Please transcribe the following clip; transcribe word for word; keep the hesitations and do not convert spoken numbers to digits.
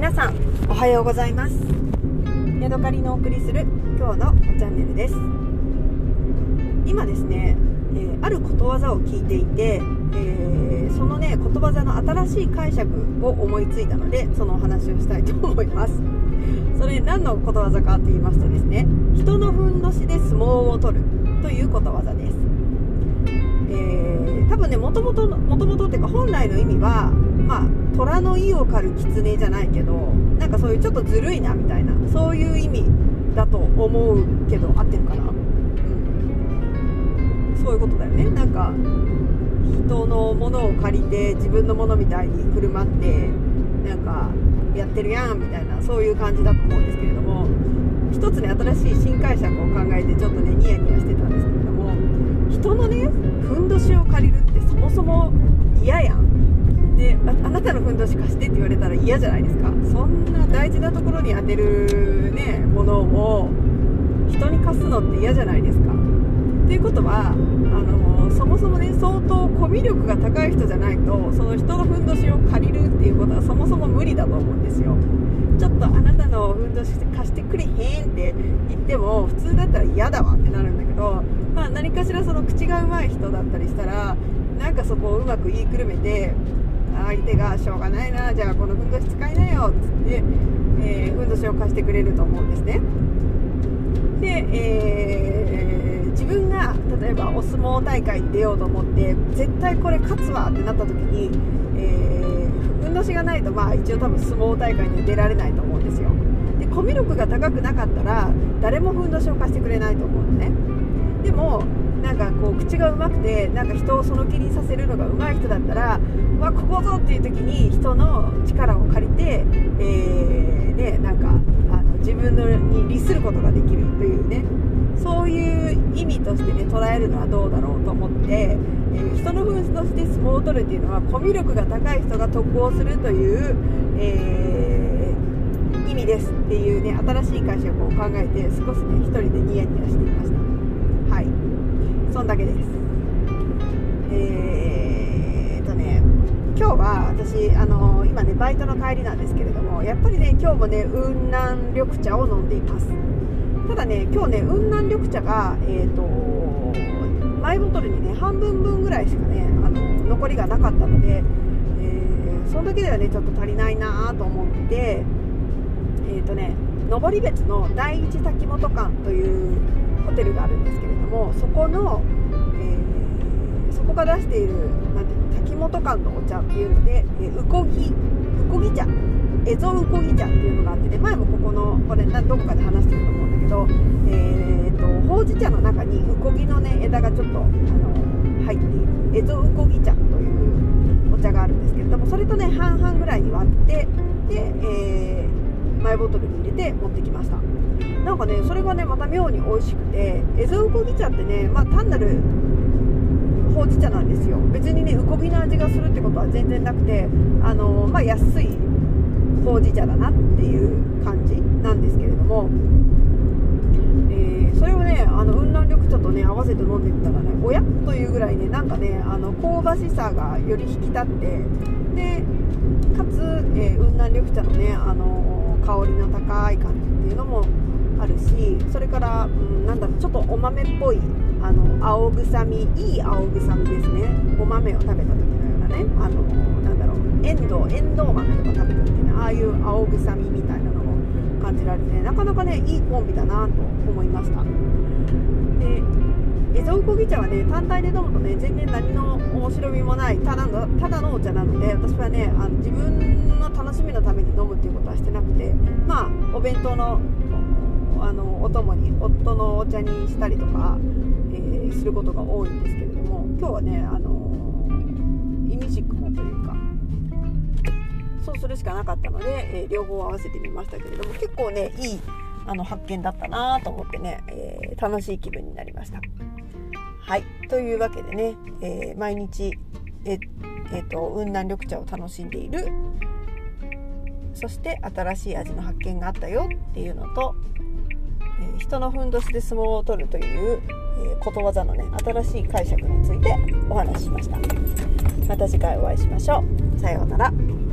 皆さんおはようございます。ヤドカリのお送りする今日のチャンネルです。今ですね、えー、あることわざを聞いていて、えー、そのねことわざの新しい解釈を思いついたので、そのお話をしたいと思います。それ何のことわざかと言いますとですね、人のふんどしで相撲を取るということわざです。えー、多分ねもともともともとっていうか本来の意味は、まあ虎の意を狩る狐じゃないけど、なんかそういうちょっとずるいなみたいな、そういう意味だと思うけど、合ってるかな、うん、そういうことだよね。なんか人のものを借りて自分のものみたいに振る舞ってなんかやってるやんみたいな、そういう感じだと思うんですけれども、一つね新しい新解釈を考えてちょっとねニヤニヤしてたんですけれども、人のねふんどしを借りるってそもそも嫌やん。で あ, あなたのふんどし貸してって言われたら嫌じゃないですか。そんな大事なところに当てるねものを人に貸すのって嫌じゃないですか。ということはあのそもそもね相当コミュ力が高い人じゃないと、その人のふんどしを借りるっていうことはそもそも無理だと思うんですよ。ちょっとあなたのふんどし貸してくれへんって言っても普通だったら嫌だわってなるんだけど、まあ、何かしらその口が上手い人だったりしたら、なんかそこをうまく言いくるめて、相手がしょうがないな、じゃあこのふんどし使いなよっつって、えー、ふんどしを貸してくれると思うんですね。で、えー、自分が例えばお相撲大会に出ようと思って絶対これ勝つわってなった時に、えー、ふんどしがないとまあ一応多分相撲大会には出られないと思うんですよ。でコミュ力が高くなかったら誰もふんどしを貸してくれないと思うのね。でもなんかこう口が上手くてなんか人をその気にさせるのが上手い人だったら、わここぞっていう時に人の力を借りて、えーね、なんかあの自分のに利することができるというね、そういう意味としてね捉えるのはどうだろうと思って、えー、人のふんどしで相撲を取るっていうのはコミュ力が高い人が得をするという、えー、意味ですっていうね新しい解釈を考えて少しね一人でニヤニヤしていました。はい、そんだけです。えーとね今日は私あの今ねバイトの帰りなんですけれども、やっぱりね今日もね雲南緑茶を飲んでいます。ただね今日ね雲南緑茶がえーとマイボトルにね半分分ぐらいしかねあの残りがなかったので、えー、その時ではねちょっと足りないなと思って、えーとね登別の第一滝本館というホテルがあるんですけれども、そこの、えー、そこが出しているなんていうの滝本館のお茶っていうので、えー、うこぎうこぎ茶、エゾうこぎ茶っていうのがあってね、前もここのこれどこかで話してると思うんだけど、えー、とほうじ茶の中にうこぎのね枝がちょっとあの入っているエゾうこぎ茶というお茶があるんですけれども、それとね半々ぐらいに割ってで、えー、マイボトルに入れて持ってきました。なんかねそれがねまた妙に美味しくて、エゾウコギ茶ってね、まあ、単なるほうじ茶なんですよ。別にねウコギの味がするってことは全然なくて、あのー、まあ安いほうじ茶だなっていう感じなんですけれども、えー、それをねあの雲南緑茶とね合わせて飲んでみたらね、おやというぐらいねなんかねあの香ばしさがより引き立って、でかつ、えー、雲南緑茶のねあのー、香りの高い感じっていうのもあるし、それから、うん、なんだろうちょっとお豆っぽいあの青臭み、いい青臭みですね。お豆を食べた時のようなね、あのなんだろうエンドウエンドウ豆とか食べた時ね、ああいう青臭みみたいなのも感じられて、ね、なかなかねいいコンビだなと思いました。でエゾウコギ茶はね単体で飲むとね全然何の面白みもないただのただのお茶なので、私はねあの自分の楽しみのために飲むっていうことはしてなくて、まあお弁当のあのお供に夫のお茶にしたりとか、えー、することが多いんですけれども、今日はねあのイミジクもというかそうするしかなかったので、えー、両方合わせてみましたけれども、結構ねいいあの発見だったなと思ってね、えー、楽しい気分になりました。はい、というわけでね、えー、毎日え、えー、と雲南緑茶を楽しんでいる、そして新しい味の発見があったよっていうのと、えー、人のふんどしで相撲を取るという、えー、ことわざのね新しい解釈についてお話ししました。また次回お会いしましょう。さようなら。